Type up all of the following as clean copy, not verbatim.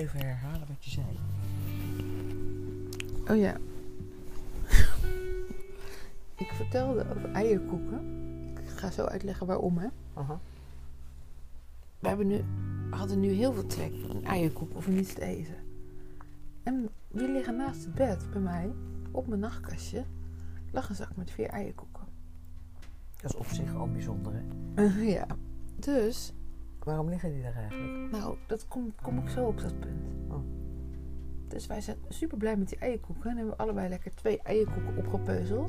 even herhalen wat je zei. Oh ja. Ik vertelde over eierkoeken. Ik ga zo uitleggen waarom, hè. Aha. We hadden nu heel veel trek in een eierkoek of in iets te eten. En die liggen naast het bed bij mij, op mijn nachtkastje, lag een zak met 4 eierkoeken. Dat is op zich al bijzonder, hè? Ja, dus... Waarom liggen die daar eigenlijk? Nou, dat kom ik zo op dat punt. Oh. Dus wij zijn super blij met die eierkoeken. En hebben we allebei lekker 2 eierkoeken opgepeuzeld.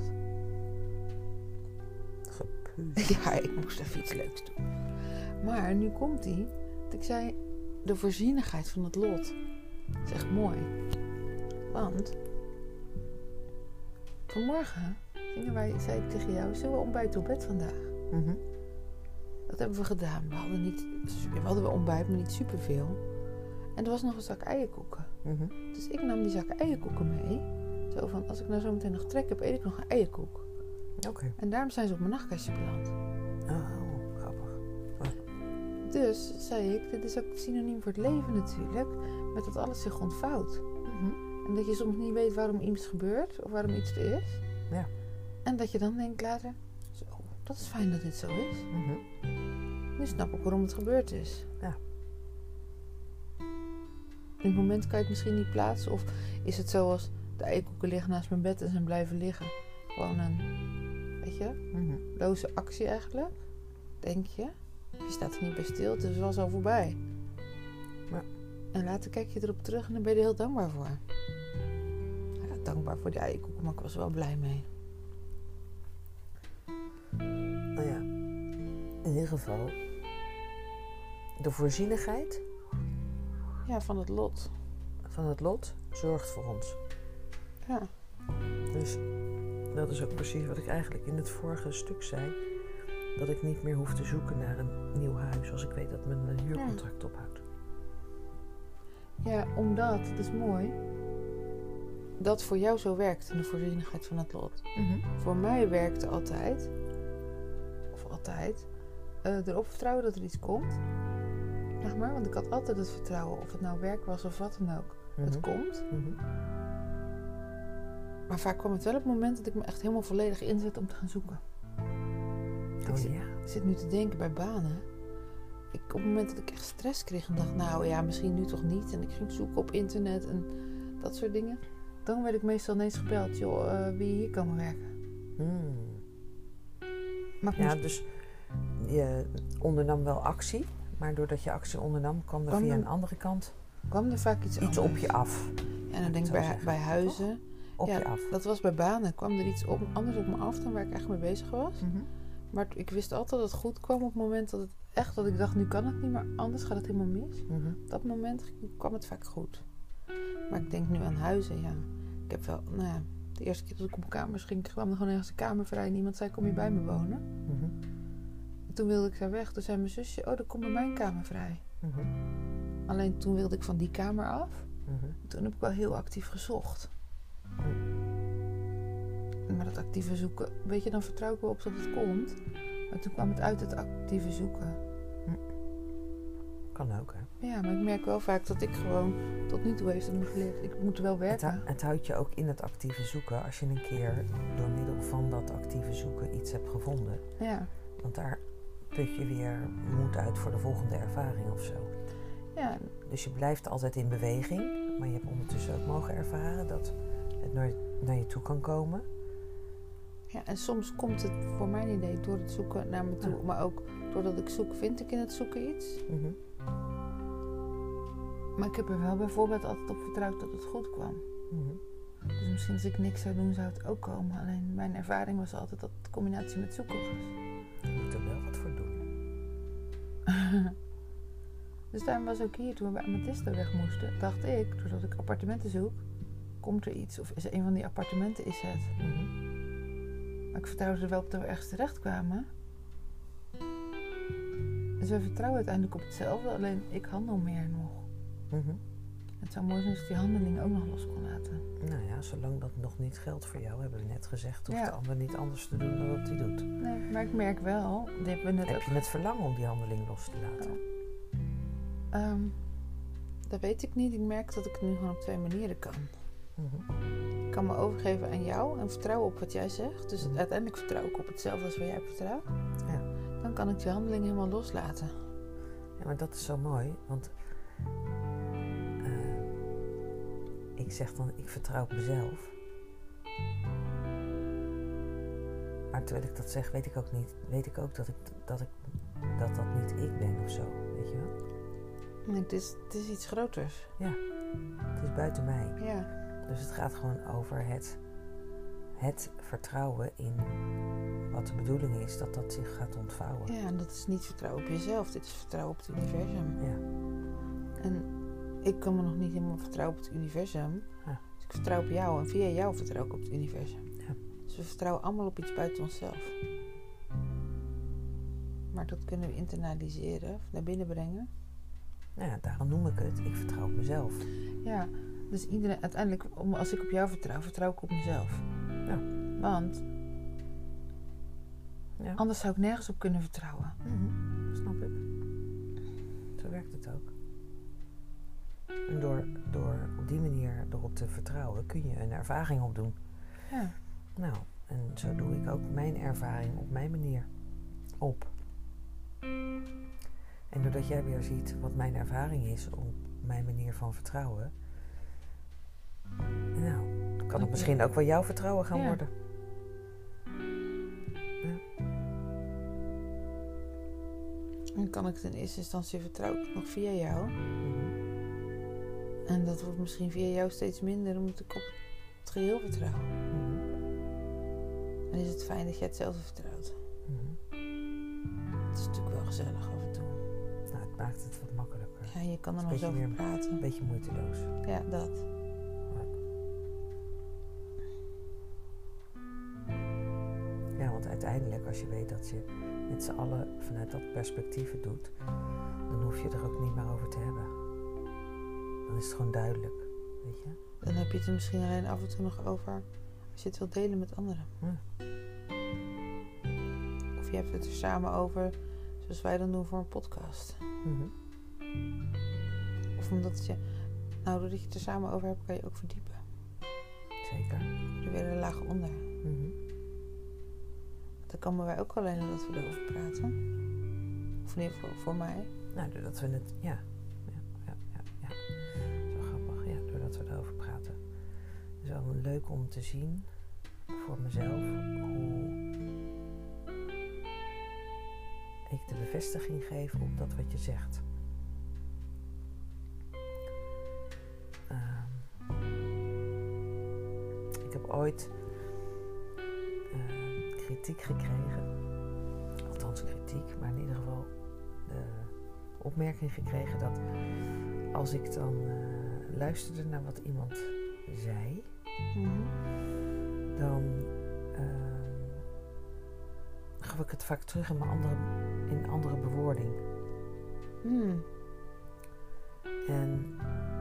Gepeuzeld? Ja, ik moest even iets leuks doen. Maar nu komt die. Ik zei, de voorzienigheid van het lot. Dat is echt mooi. Want vanmorgen zei ik tegen jou, zullen we ontbijten op bed vandaag? Mm-hmm. Dat hebben we gedaan. We hadden wel ontbijt, maar niet superveel. En er was nog een zak eierkoeken. Mm-hmm. Dus ik nam die zak eierkoeken mee. Zo van, als ik nou zo meteen nog trek heb, eet ik nog een eierkoek. Oké. En daarom zijn ze op mijn nachtkastje beland. Oh, grappig. Dus zei ik, dit is ook synoniem voor het leven natuurlijk. Met dat alles zich ontvouwt. Mm-hmm. En dat je soms niet weet waarom iets gebeurt. Of waarom iets er is. Ja. En dat je dan denkt later, zo, dat is fijn dat dit zo is. Mm-hmm. Nu snap ik waarom het gebeurd is. Ja. In het moment kan je het misschien niet plaatsen. Of is het zoals de eierkoeken liggen naast mijn bed en zijn blijven liggen. Gewoon een, weet je, Mm-hmm. loze actie eigenlijk. Denk je. Je staat er niet bij stil. Het is wel zo voorbij. Ja. En later kijk je erop terug en dan ben je er heel dankbaar voor. Ja, dankbaar voor die eierkoeken, maar ik was er wel blij mee. Nou ja, in ieder geval, de voorzienigheid Ja, van het lot. van het lot zorgt voor ons. Ja. Dus dat is ook precies wat ik eigenlijk in het vorige stuk zei. Dat ik niet meer hoef te zoeken naar een nieuw huis als ik weet dat mijn huurcontract ophoudt. Ja, omdat, dat is mooi, dat voor jou zo werkt in de voorzienigheid van het lot. Mm-hmm. Voor mij werkte altijd, erop vertrouwen dat er iets komt. Zeg maar, want ik had altijd het vertrouwen, of het nou werk was of wat dan ook. Mm-hmm. Het komt. Mm-hmm. Maar vaak kwam het wel op het moment dat ik me echt helemaal volledig inzet om te gaan zoeken. Oh ja. Ik zit nu te denken bij banen. Op het moment dat ik echt stress kreeg en dacht, nou ja, misschien nu toch niet. En ik ging zoeken op internet en dat soort dingen. Dan werd ik meestal ineens gebeld, joh, wie hier komen werken. Maar ik Ja, moest... dus je ondernam wel actie, maar doordat je actie ondernam, kwam er via een andere kant kwam er vaak iets iets anders. op je af. Ja, en dan denk ik bij huizen. Op ja, je af. dat was bij banen. Kwam er iets anders op me af dan waar ik echt mee bezig was. Mm-hmm. Maar ik wist altijd dat het goed kwam op het moment dat ik dacht, nu kan het niet meer, anders gaat het helemaal mis. Mm-hmm. Op dat moment kwam het vaak goed. Maar ik denk nu aan huizen, ja. Ik heb wel, nou ja, de eerste keer dat ik op mijn kamers ging, kwam er gewoon ergens een kamer vrij en iemand zei, kom je bij me wonen? Mm-hmm. En toen wilde ik daar weg. Toen zei mijn zusje, oh, dan komt bij mijn kamer vrij. Mm-hmm. Alleen toen wilde ik van die kamer af. Mm-hmm. Toen heb ik wel heel actief gezocht. Maar dat actieve zoeken, weet je, dan vertrouw ik wel op dat het komt. Maar toen kwam het uit het actieve zoeken. Kan ook, hè? Ja, maar ik merk wel vaak dat ik gewoon, tot nu toe heeft het me geleerd, ik moet wel werken. Het houdt je ook in het actieve zoeken als je een keer door middel van dat actieve zoeken iets hebt gevonden. Ja. Want daar put je weer moed uit voor de volgende ervaring of zo. Ja, Dus je blijft altijd in beweging, maar je hebt ondertussen ook mogen ervaren dat het naar je toe kan komen. ja, en soms komt het voor mijn idee door het zoeken naar me toe. Ja. Maar ook doordat ik zoek, vind ik in het zoeken iets. Mm-hmm. Maar ik heb er wel bijvoorbeeld altijd op vertrouwd dat het goed kwam. Mm-hmm. Dus misschien als ik niks zou doen, zou het ook komen. Alleen mijn ervaring was altijd dat het combinatie met zoeken was. Je moet er wel wat voor doen. Dus daarom was ook hier, toen we bij Amethysta weg moesten, dacht ik, doordat ik appartementen zoek, komt er iets. Of is een van die appartementen is het. Mm-hmm. Maar ik vertrouwde er wel op dat we ergens terecht kwamen. Dus we vertrouwen uiteindelijk op hetzelfde, alleen ik handel meer nog. Mm-hmm. Het zou mooi zijn als ik die handeling ook nog los kon laten. Nou ja, zolang dat nog niet geldt voor jou, hebben we net gezegd, hoeft Ja. de ander niet anders te doen dan wat hij doet. Nee, maar ik merk wel, dit hebben we net Heb ook... je het verlangen om die handeling los te laten? Daar Dat weet ik niet. Ik merk dat ik het nu gewoon op 2 manieren kan. Mhm. Ik kan me overgeven aan jou en vertrouwen op wat jij zegt. Dus Mhm. uiteindelijk vertrouw ik op hetzelfde als waar jij op vertrouwt. Ja. Dan kan ik die handeling helemaal loslaten. Ja, maar dat is zo mooi, want ik zeg dan, ik vertrouw op mezelf. Maar terwijl ik dat zeg, weet ik ook dat niet ik ben of zo, weet je wel? Nee, het is iets groters. Het is buiten mij. Ja. Dus het gaat gewoon over het vertrouwen in wat de bedoeling is, dat zich gaat ontvouwen. Ja, en dat is niet vertrouwen op jezelf. Dit is vertrouwen op het universum. Ja. En ik kan me nog niet helemaal vertrouwen op het universum. Ja. Dus ik vertrouw op jou. En via jou vertrouw ik op het universum. Ja. Dus we vertrouwen allemaal op iets buiten onszelf. Maar dat kunnen we internaliseren. Of naar binnen brengen. Nou ja, daarom noem ik het. Ik vertrouw op mezelf. Ja. Dus iedereen, uiteindelijk, als ik op jou vertrouw, vertrouw ik op mezelf. Ja. Want Ja. anders zou ik nergens op kunnen vertrouwen. Snap ik. Zo werkt het ook. En door op die manier erop te vertrouwen, kun je een ervaring opdoen. Ja. Nou, en zo doe ik ook mijn ervaring op mijn manier op. En doordat jij weer ziet wat mijn ervaring is op mijn manier van vertrouwen, nou, kan het misschien ook wel jouw vertrouwen gaan worden. Dan kan ik het in eerste instantie vertrouwen ik nog via jou. Mhm. En dat wordt misschien via jou steeds minder, omdat ik op het geheel vertrouw. Mhm. En is het fijn dat jij hetzelfde vertrouwt. Mhm. Het is natuurlijk wel gezellig af en toe. Nou, het maakt het wat makkelijker. Ja, je kan er Het nog is een zo over beetje praten. Een beetje moeiteloos. Ja, dat. Ja, want uiteindelijk, als je weet dat je met z'n allen vanuit dat perspectief het doet, dan hoef je er ook niet meer over te hebben. Dan is het gewoon duidelijk, weet je? Dan heb je het er misschien alleen af en toe nog over als je het wilt delen met anderen. Ja. Of je hebt het er samen over, zoals wij dan doen voor een podcast. Mhm. Of omdat doordat je het er samen over hebt, kan je ook verdiepen. Zeker. Er weer een laag onder. Mhm. Dat komen wij ook alleen omdat we erover praten. Of in ieder geval voor mij. Nou, doordat we het, ja. Zo grappig, ja, doordat we erover praten. Het is wel leuk om te zien, voor mezelf, hoe ik de bevestiging geef op dat wat je zegt. Ik heb ooit kritiek gekregen. Althans kritiek, maar in ieder geval de opmerking gekregen dat als ik dan luisterde naar wat iemand zei, dan gaf ik het vaak terug in andere bewoording. En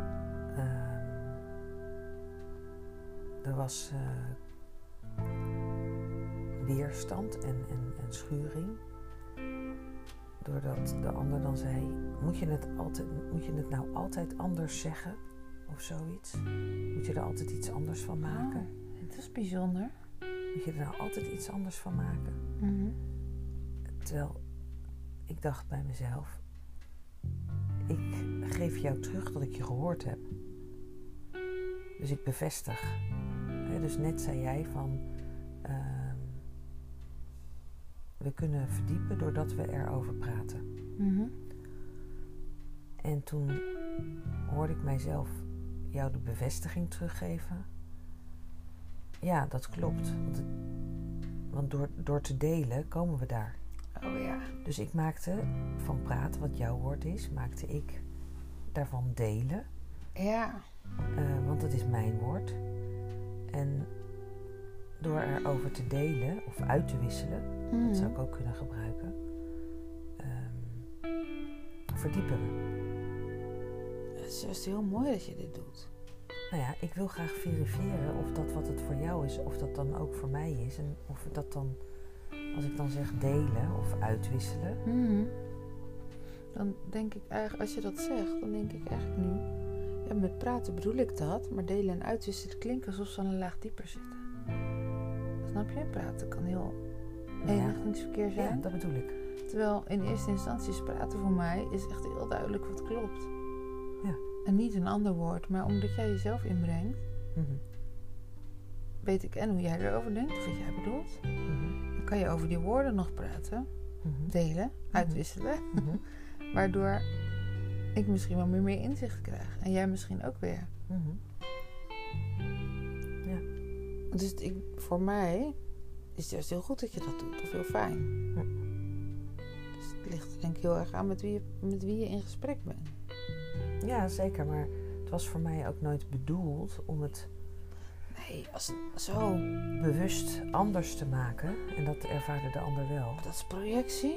er was weerstand en schuring. Doordat de ander dan zei, moet je het nou altijd anders zeggen? Of zoiets? Moet je er altijd iets anders van maken? Oh, het is bijzonder. Moet je er nou altijd iets anders van maken? Terwijl ik dacht bij mezelf, ik geef jou terug dat ik je gehoord heb. Dus ik bevestig. Dus net zei jij van, we kunnen verdiepen doordat we erover praten. En toen hoorde ik mijzelf jou de bevestiging teruggeven. Ja, dat klopt. Want door te delen komen we daar. Oh ja. Dus ik maakte van praten, wat jouw woord is, maakte ik daarvan delen. Ja. Want het is mijn woord. En door erover te delen of uit te wisselen, dat zou ik ook kunnen gebruiken, verdiepen we. Het is juist heel mooi dat je dit doet. Nou ja, ik wil graag verifiëren of dat wat het voor jou is, of dat dan ook voor mij is. En of dat dan, als ik dan zeg delen of uitwisselen. Dan denk ik eigenlijk, als je dat zegt, dan denk ik eigenlijk nu, Ja, met praten bedoel ik dat, maar delen en uitwisselen klinken alsof ze al een laag dieper zitten. Snap je? Praten kan heel eenrichtingsverkeer zijn. Ja, dat bedoel ik. Terwijl in eerste instantie is praten voor mij is echt heel duidelijk wat klopt. Ja. En niet een ander woord, maar omdat jij jezelf inbrengt, weet ik en hoe jij erover denkt, of wat jij bedoelt. Dan kan je over die woorden nog praten, delen, uitwisselen. Waardoor ik misschien wel meer inzicht krijg. En jij misschien ook weer. Ja. Dus voor mij is het juist heel goed dat je dat doet. Of heel fijn. Dus het ligt er denk ik heel erg aan met wie je in gesprek bent. Ja, zeker. Maar het was voor mij ook nooit bedoeld om het zo bewust anders te maken. En dat ervaarde de ander wel. Dat is projectie?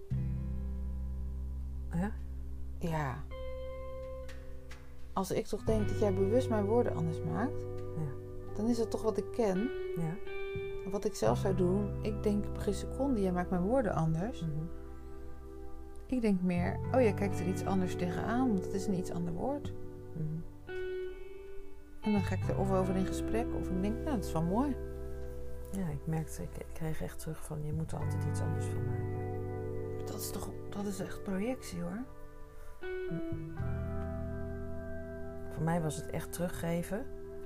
Ja? Ja. Als ik toch denk dat jij bewust mijn woorden anders maakt, dan is dat toch wat ik ken. Ja. Wat ik zelf zou doen, ik denk op geen seconde, jij maakt mijn woorden anders. Ik denk meer, jij kijkt er iets anders tegenaan, want het is een iets ander woord. En dan ga ik er of over in gesprek, of ik denk, dat is wel mooi. Ja, ik merkte, ik kreeg echt terug van, je moet er altijd iets anders van maken. Dat is echt projectie hoor. Voor mij was het echt teruggeven.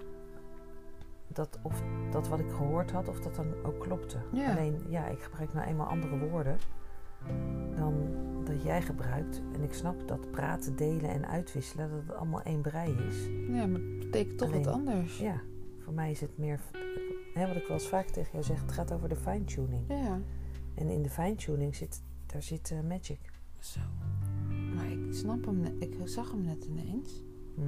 Dat wat ik gehoord had, of dat dan ook klopte. Ja. Alleen, ik gebruik nou eenmaal andere woorden dan dat jij gebruikt. En ik snap dat praten, delen en uitwisselen, dat het allemaal één brei is. Ja, maar het betekent toch wat anders. Ja, voor mij is het meer, wat ik wel eens vaak tegen jou zeg, het gaat over de fine-tuning. Ja. En in de fine-tuning zit magic. Zo. Maar ik snap hem net, ik zag hem net ineens.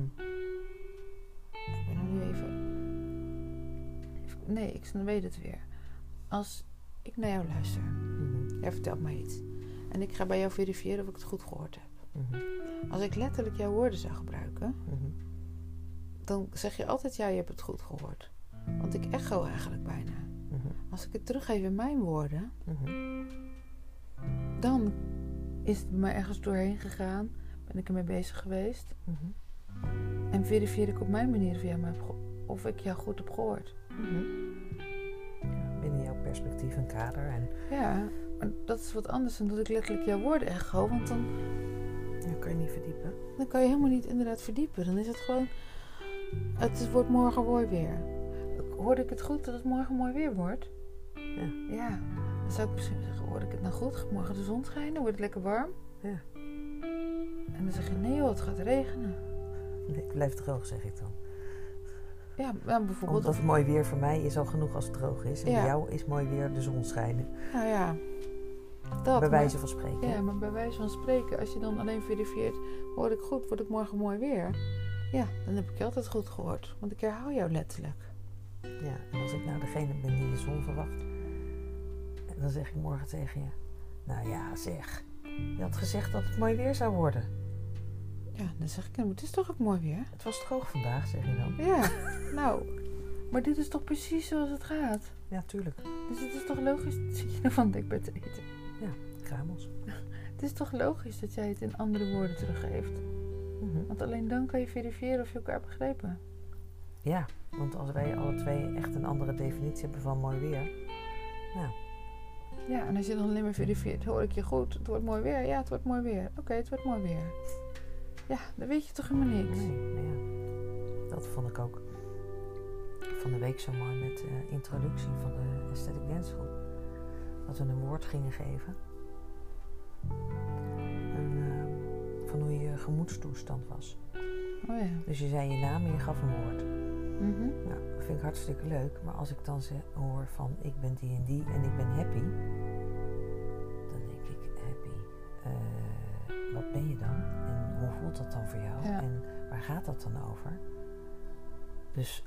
Ik ben er nu even... Nee, ik weet het weer. Als ik naar jou luister, jij vertelt mij iets. En ik ga bij jou verifiëren of ik het goed gehoord heb. Als ik letterlijk jouw woorden zou gebruiken, dan zeg je altijd, je hebt het goed gehoord. Want ik echo eigenlijk bijna. Als ik het teruggeef in mijn woorden, dan is het bij mij ergens doorheen gegaan. Ben ik ermee bezig geweest. En verifieer ik op mijn manier of ik jou goed heb gehoord. Binnen jouw perspectief en kader. En... Ja, maar dat is wat anders dan dat ik letterlijk jouw woorden echo. Want dan kan je niet verdiepen. Dan kan je helemaal niet inderdaad verdiepen. Dan is het gewoon... Het wordt morgen mooi weer. Hoorde ik het goed dat het morgen mooi weer wordt? Ja. Dan zou ik misschien zeggen, hoorde ik het nou goed? Gaat morgen de zon schijnen? Wordt het lekker warm? Ja. En dan zeg je, nee joh, het gaat regenen. Nee, het blijft droog, zeg ik dan. Ja, bijvoorbeeld... Omdat mooi weer voor mij is al genoeg als het droog is. En bij jou is mooi weer de zon schijnen. Nou ja. Dat, bij wijze van spreken. Ja, maar bij wijze van spreken, als je dan alleen verifieert, hoor ik goed, wordt het morgen mooi weer? Ja, dan heb ik je altijd goed gehoord. Want ik herhaal jou letterlijk. Ja, en als ik nou degene ben die de zon verwacht, dan zeg ik morgen tegen je, nou ja zeg, je had gezegd dat het mooi weer zou worden. Ja, dan zeg ik, het is toch ook mooi weer? Het was droog vandaag, zeg je dan. Ja, nou, maar dit is toch precies zoals het gaat? Ja, tuurlijk. Dus het is toch logisch, zit je nou van dekbed te eten? Ja, kruimels. Het is toch logisch dat jij het in andere woorden teruggeeft? Want alleen dan kan je verifiëren of je elkaar begrepen. Ja, want als wij alle twee echt een andere definitie hebben van mooi weer, nou. Ja, en als je dan alleen maar verifieert, hoor ik je goed, het wordt mooi weer. Ja, het wordt mooi weer. Oké, het wordt mooi weer. Ja, dan weet je toch helemaal niks. Nee, maar ja, dat vond ik ook van de week zo mooi met de introductie van de Aesthetic Dance School. Dat we een woord gingen geven. Van hoe je gemoedstoestand was. Oh ja. Dus je zei je naam en je gaf een woord. Nou, dat vind ik hartstikke leuk. Maar als ik dan hoor van ik ben die en ik ben happy. Dan denk ik, happy. Wat ben je dan? En hoe voelt dat dan voor jou? Ja. En waar gaat dat dan over? Dus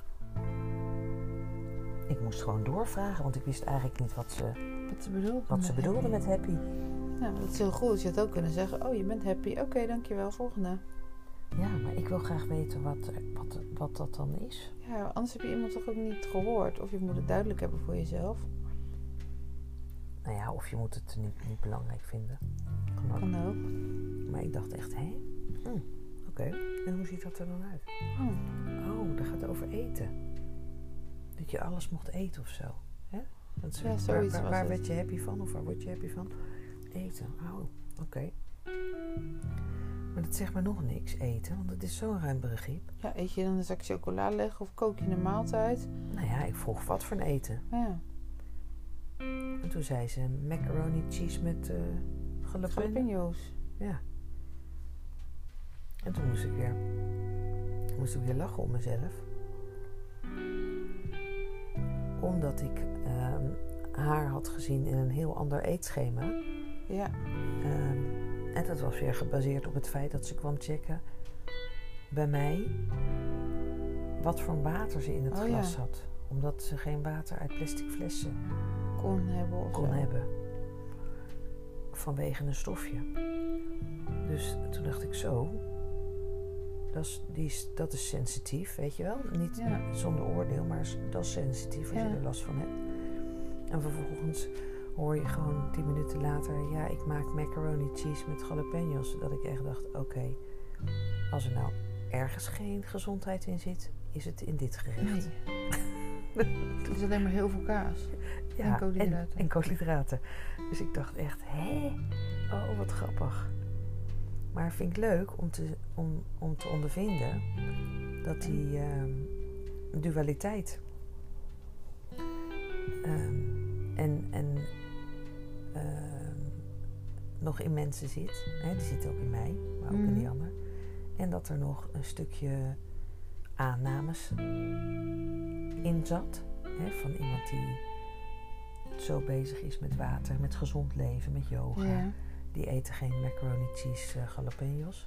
ik moest gewoon doorvragen. Want ik wist eigenlijk niet wat ze bedoelde met happy. Ja, maar dat is heel goed. Je had ook kunnen zeggen, oh je bent happy. Oké, dankjewel, volgende. Ja, maar ik wil graag weten wat dat dan is. Ja, anders heb je iemand toch ook niet gehoord. Of je moet het duidelijk hebben voor jezelf. Nou ja, of je moet het niet belangrijk vinden. Kan ook. Maar ik dacht echt, Oké. En hoe ziet dat er dan uit? Oh. Dat gaat over eten. Dat je alles mocht eten of zo. Hè? Dat is, Ja, zoiets was waar het. werd je happy van? Of waar word je happy van? Eten. Oké. Maar dat zegt maar nog niks, eten. Want het is zo'n ruim begrip. Ja, eet je dan een zak chocola leggen of kook je een maaltijd? Nou ja, ik vroeg wat voor een eten. Ja. En toen zei ze macaroni cheese met Jalapeno's. Ja. En toen moest ik weer lachen om mezelf. Omdat ik haar had gezien in een heel ander eetschema. Ja. En dat was weer gebaseerd op het feit dat ze kwam checken bij mij wat voor water ze in het glas had. Omdat ze geen water uit plastic flessen Kon hebben. Vanwege een stofje. Dus toen dacht ik zo, dat is sensitief, weet je wel? Niet zonder oordeel, maar dat is sensitief als je er last van hebt. En vervolgens hoor je gewoon 10 minuten later, ja, ik maak macaroni cheese met jalapenos. Dat ik echt dacht, oké, als er nou ergens geen gezondheid in zit, is het in dit gerecht. Nee. Het is alleen maar heel veel kaas. Ja, en koolhydraten. En koolhydraten. Dus ik dacht echt, oh, wat grappig. Maar vind ik leuk om te ondervinden dat die dualiteit nog in mensen zit. Hè, die zit ook in mij, maar ook in die ander. En dat er nog een stukje aannames in zat. Hè, van iemand die zo bezig is met water, met gezond leven, met yoga. Ja. Die eten geen macaroni cheese jalapenos.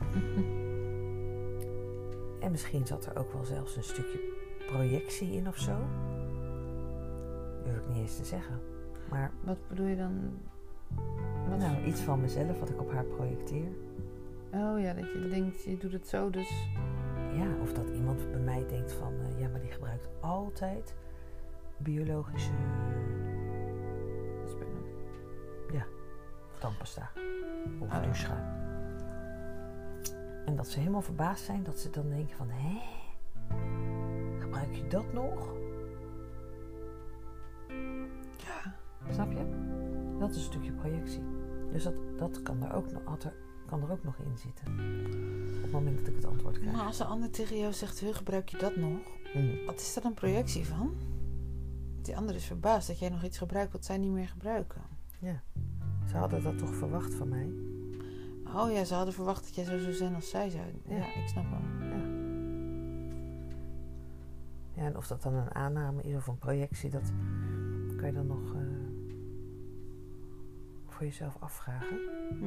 En misschien zat er ook wel zelfs een stukje projectie in of zo. Durf ik niet eens te zeggen. Maar wat bedoel je dan? Iets van mezelf wat ik op haar projecteer. Oh ja, dat je denkt, je doet het zo, dus... Ja, of dat iemand bij mij denkt van... ja, maar die gebruikt altijd biologische... spullen. Ja, of tandpasta. Of douchegel. En dat ze helemaal verbaasd zijn. Dat ze dan denken van... gebruik je dat nog? Ja. Snap je? Dat is een stukje projectie. Dus dat kan er ook nog in zitten. Op het moment dat ik het antwoord krijg. Maar als een ander tegen jou zegt, gebruik je dat nog? Wat is daar een projectie van? Die ander is verbaasd dat jij nog iets gebruikt wat zij niet meer gebruiken. Ja. Ze hadden dat toch verwacht van mij? Oh ja, ze hadden verwacht dat jij zo zou zijn als zij zou. Ja, ik snap hem. Ja. Ja, en of dat dan een aanname is of een projectie, dat kan je dan nog voor jezelf afvragen.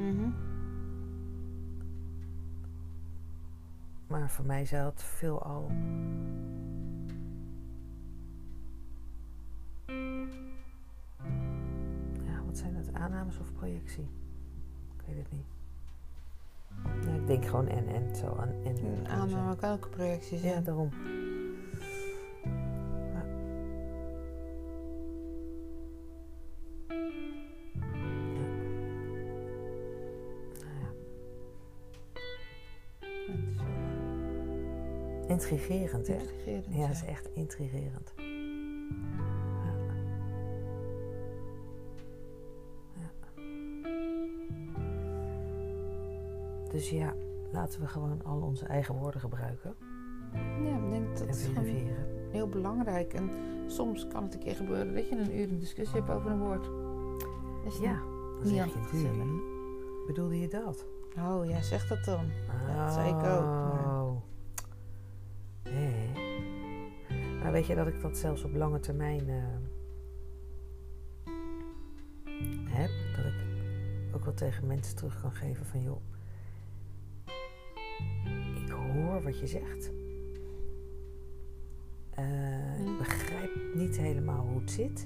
Maar voor mij zei het veelal... Ja, wat zijn het? Aannames of projectie? Ik weet het niet. Ja, ik denk gewoon en zo aan. Een aanname kan ook een projectie zijn. Ja, daarom. Ja. Intrigerend, hè? Intrigerend, ja, dat is echt intrigerend. Ja. Ja. Dus ja, laten we gewoon al onze eigen woorden gebruiken. Ja, ik denk dat is heel belangrijk. En soms kan het een keer gebeuren dat je een uur een discussie hebt over een woord. Ja, dan zeg je bedoelde je dat? Oh ja, zeg dat dan. Dat zei ik ook. Maar... Nee. Maar weet je dat ik dat zelfs op lange termijn heb? Dat ik ook wel tegen mensen terug kan geven van... joh, ik hoor wat je zegt. Ik begrijp niet helemaal hoe het zit.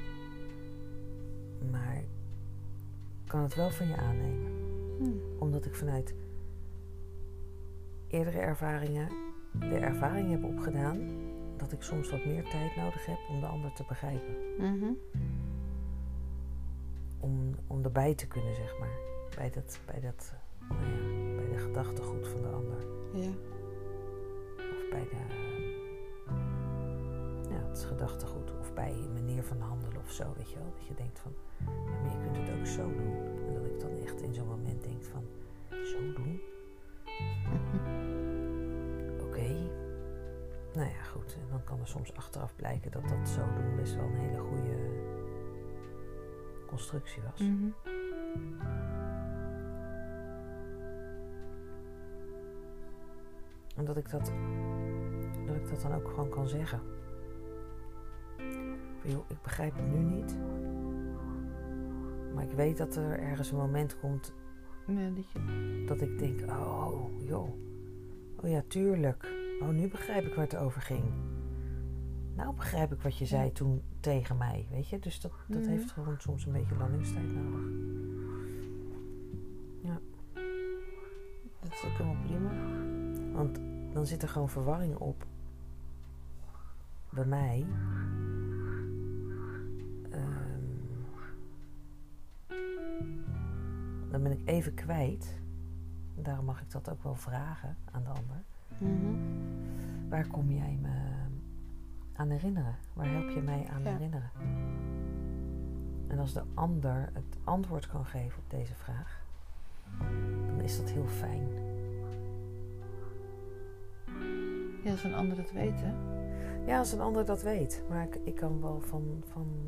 Maar ik kan het wel van je aannemen. Omdat ik vanuit eerdere ervaringen... de ervaring heb opgedaan dat ik soms wat meer tijd nodig heb om de ander te begrijpen. Om erbij te kunnen, zeg maar. Bij gedachtegoed van de ander. Ja. Of bij het is gedachtegoed. Of bij je manier van handelen of zo, weet je wel. Dat je denkt van, ja, maar je kunt het ook zo doen. En dat ik dan echt in zo'n moment denk van, zo doen? Oké. Nou ja, goed. En dan kan er soms achteraf blijken dat dat zo doen best wel een hele goede constructie was. Mm-hmm. En dat ik dat dan ook gewoon kan zeggen. Joh, ik begrijp het nu niet. Maar ik weet dat er ergens een moment komt dat ik denk, oh ja, tuurlijk. Oh, nu begrijp ik waar het over ging. Nou begrijp ik wat je zei toen tegen mij, weet je. Dus dat heeft gewoon soms een beetje landingstijd nodig. Ja. Dat is ook helemaal prima. Want dan zit er gewoon verwarring op. Bij mij. Dan ben ik even kwijt. Daarom mag ik dat ook wel vragen aan de ander. Mm-hmm. Waar kom jij me aan herinneren? Waar help je mij aan herinneren? En als de ander het antwoord kan geven op deze vraag, dan is dat heel fijn. Ja, als een ander dat weet, hè? Ja, als een ander dat weet. Maar ik kan wel van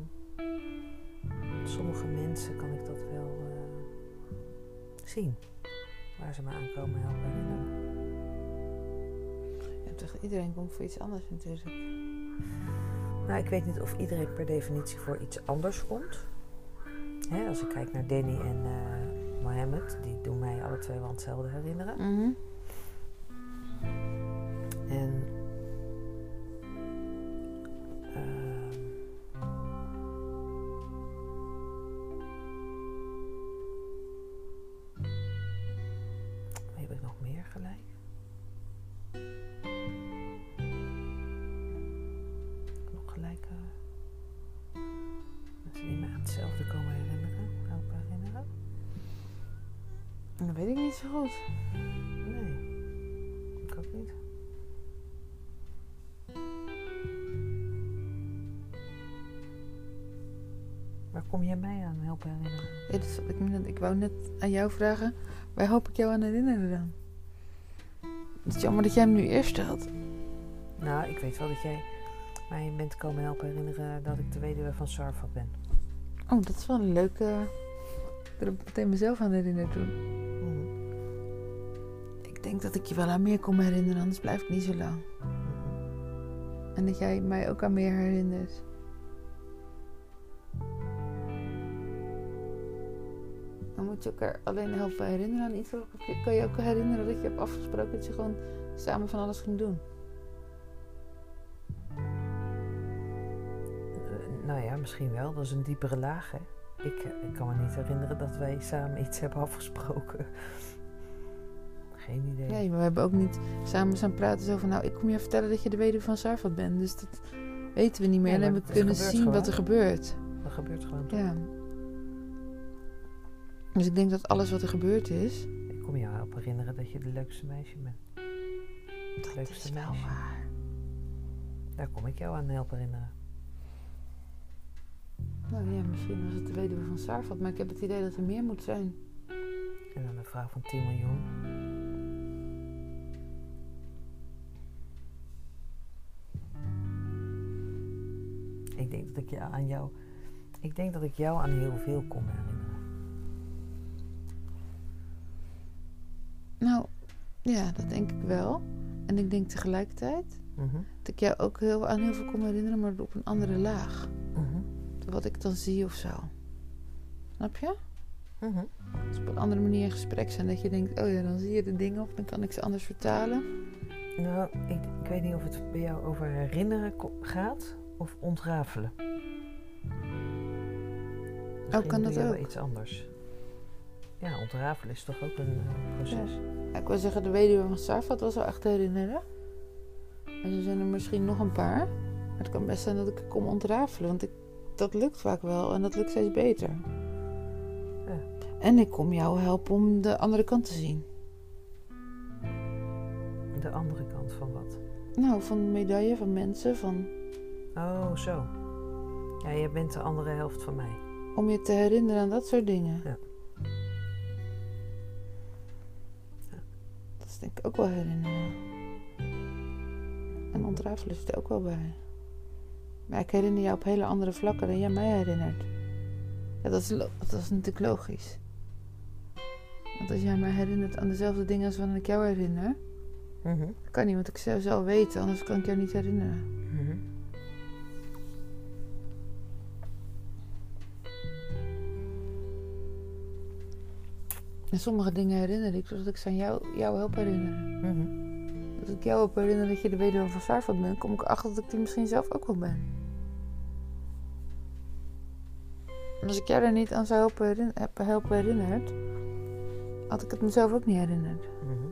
sommige mensen kan ik dat wel zien. Waar ze me aan komen helpen herinneren. Ja, toch, iedereen komt voor iets anders natuurlijk. Nou, ik weet niet of iedereen per definitie voor iets anders komt. Hè, als ik kijk naar Danny en Mohammed, die doen mij alle twee wel hetzelfde herinneren. Mm-hmm. En heb ik nog meer gelijk? Nog gelijk mensen die mij aan hetzelfde komen herinneren, helpen herinneren? Dat weet ik niet zo goed. Nee, ik ook niet. Waar kom jij mij aan helpen herinneren? Ja, ik wou net aan jou vragen, waar hoop ik jou aan herinneren dan? Het is jammer dat jij hem nu eerst stelt. Nou, ik weet wel dat jij mij bent komen helpen herinneren dat ik de weduwe van Sarfat ben. Oh, dat is wel een leuke... Ik heb meteen mezelf aan herinnerd toen. Ik denk dat ik je wel aan meer kon herinneren, anders blijf ik niet zo lang. En dat jij mij ook aan meer herinnert. Dan moet je elkaar alleen helpen herinneren aan iets. Of kan je ook herinneren dat je hebt afgesproken dat je gewoon samen van alles ging doen? Nou ja, misschien wel. Dat is een diepere laag, hè. Ik kan me niet herinneren dat wij samen iets hebben afgesproken. Geen idee. Nee, maar we hebben ook niet samen staan praten zo van... Nou, ik kom je vertellen dat je de weduwe van Sarfat bent. Dus dat weten we niet meer. Ja, en we kunnen zien gewoon wat er gebeurt. Dat gebeurt gewoon. Ja. Dus ik denk dat alles wat er gebeurd is... Ik kom jou helpen herinneren dat je de leukste meisje bent. Dat Leukste is wel meisje. waar. Daar kom ik jou aan helpen herinneren. Nou ja, misschien was het de weduwe van Sarfat. Maar ik heb het idee dat er meer moet zijn. En dan een vrouw van 10 miljoen. Ik denk dat ik jou aan heel veel kon herinneren. Nou, ja, dat denk ik wel. En ik denk tegelijkertijd dat ik jou ook aan heel veel kon herinneren, maar op een andere laag. Wat ik dan zie of zo. Snap je? Als op een andere manier in gesprek zijn, dat je denkt, oh ja, dan zie je de dingen of dan kan ik ze anders vertalen. Nou, ik weet niet of het bij jou over herinneren gaat of ontrafelen. Misschien kan dat doe je ook? wel iets anders. Ja, ontrafelen is toch ook een proces? Ja, ik wil zeggen, de weduwe van Sarfat was wel echt te herinneren. En er zijn er misschien nog een paar. Maar het kan best zijn dat ik het kom ontrafelen, want dat lukt vaak wel en dat lukt steeds beter. Ja. En ik kom jou helpen om de andere kant te zien. De andere kant van wat? Nou, van de medaille, van mensen, van... Oh, zo. Ja, jij bent de andere helft van mij. Om je te herinneren aan dat soort dingen. Ja. Dat is denk ik ook wel herinneren. En ontrafelen zit er ook wel bij. Maar ik herinner jou op hele andere vlakken dan jij mij herinnert. Ja, dat is natuurlijk logisch. Want als jij mij herinnert aan dezelfde dingen als wanneer ik jou herinner... Mm-hmm. Dat kan niet, want ik zou zelf weten, anders kan ik jou niet herinneren. Mm-hmm. En sommige dingen herinner ik, zodat ik ze aan jou help herinneren. Mm-hmm. Als ik jou help herinneren dat je de weduwe van Sarfat bent, kom ik erachter dat ik die misschien zelf ook wel ben. En als ik jou er niet aan zou helpen herinnerd, had ik het mezelf ook niet herinnerd. Mm-hmm.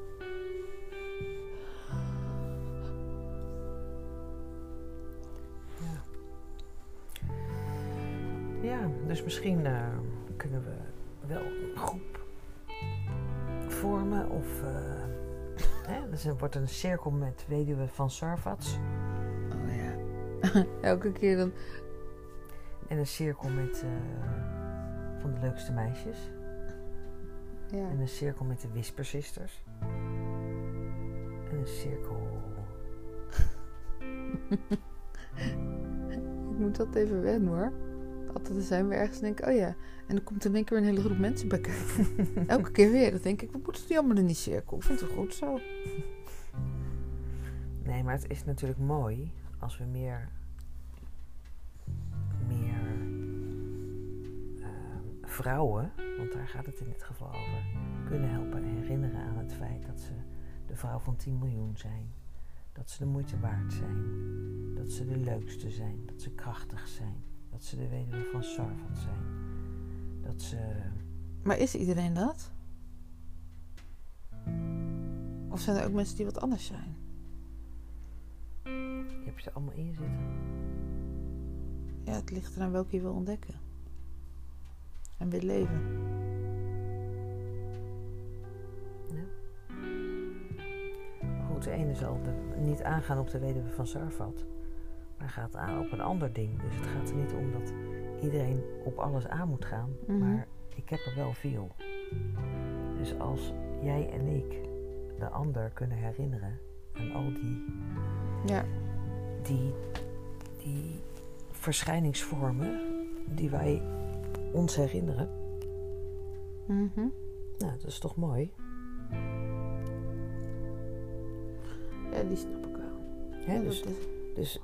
Ja, dus misschien kunnen we wel een groep vormen of dus het wordt een cirkel met weduwe van Sarfats Oh ja. Elke keer dan... en een cirkel met van de leukste meisjes Ja. en een cirkel met de Whisper Sisters en een cirkel... Ik moet dat even wennen hoor. Altijd dan zijn we ergens en denken, oh ja. En dan komt er in één keer een hele groep mensen bij kijken. Elke keer weer. Dan denk ik, wat moeten die allemaal in die cirkel? Ik vind het goed zo. Nee, maar het is natuurlijk mooi als we meer vrouwen, want daar gaat het in dit geval over, kunnen helpen herinneren aan het feit dat ze de vrouw van 10 miljoen zijn. Dat ze de moeite waard zijn. Dat ze de leukste zijn. Dat ze krachtig zijn. Dat ze de weduwe van Sarfat zijn. Dat ze... Maar is iedereen dat? Of zijn er ook mensen die wat anders zijn? Je hebt ze allemaal in je zitten. Ja, het ligt eraan welke je wil ontdekken. En wil leven. Ja. Goed, de ene zal niet aangaan op de weduwe van Sarfat. Maar gaat aan op een ander ding. Dus het gaat er niet om dat iedereen op alles aan moet gaan. Mm-hmm. Maar ik heb er wel veel. Dus als jij en ik de ander kunnen herinneren aan al die verschijningsvormen die wij ons herinneren. Mm-hmm. Nou, dat is toch mooi? Ja, die snap ik wel. Hè, Ja, dus dat is...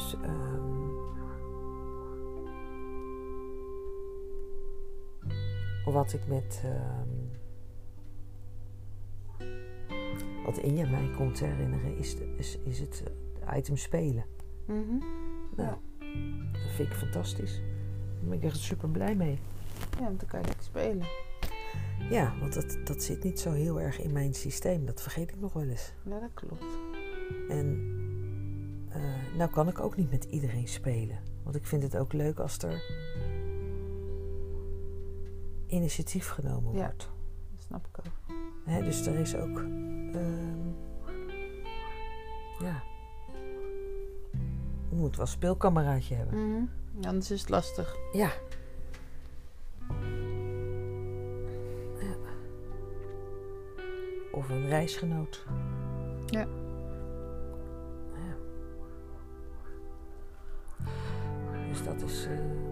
wat ik met wat in je mij komt te herinneren is het item spelen. Mm-hmm. Nou, Ja. dat vind ik fantastisch. Daar ben ik echt super blij mee. Ja, want dan kan je lekker spelen. Ja, want dat zit niet zo heel erg in mijn systeem. Dat vergeet ik nog wel eens. Ja, dat klopt. En nou kan ik ook niet met iedereen spelen. Want ik vind het ook leuk als er initiatief genomen Ja. wordt. Dat snap ik ook. Hè, dus er is ook... ja. Je moet wel een speelkameraadje hebben. Mm-hmm. Ja, anders is het lastig. Ja. Ja. Of een reisgenoot. Ja. Ja. Dus dat is...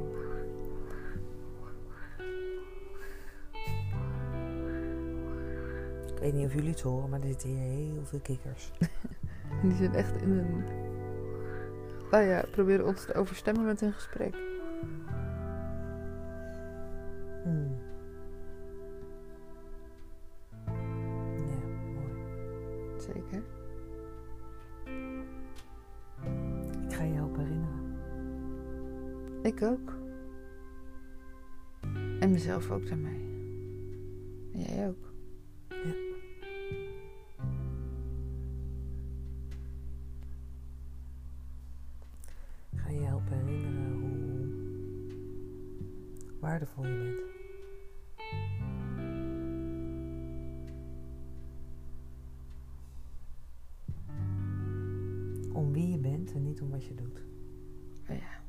Ik weet niet of jullie het horen, maar er zitten hier heel veel kikkers. En die zijn echt in een... Nou ja, proberen ons te overstemmen met hun gesprek. Ja, mooi. Zeker. Ik ga je helpen herinneren. Ik ook. En mezelf ook daarmee. En jij ook. Ja. Ik ga je helpen herinneren hoe waardevol je bent. om wie je bent en niet om wat je doet. Ja.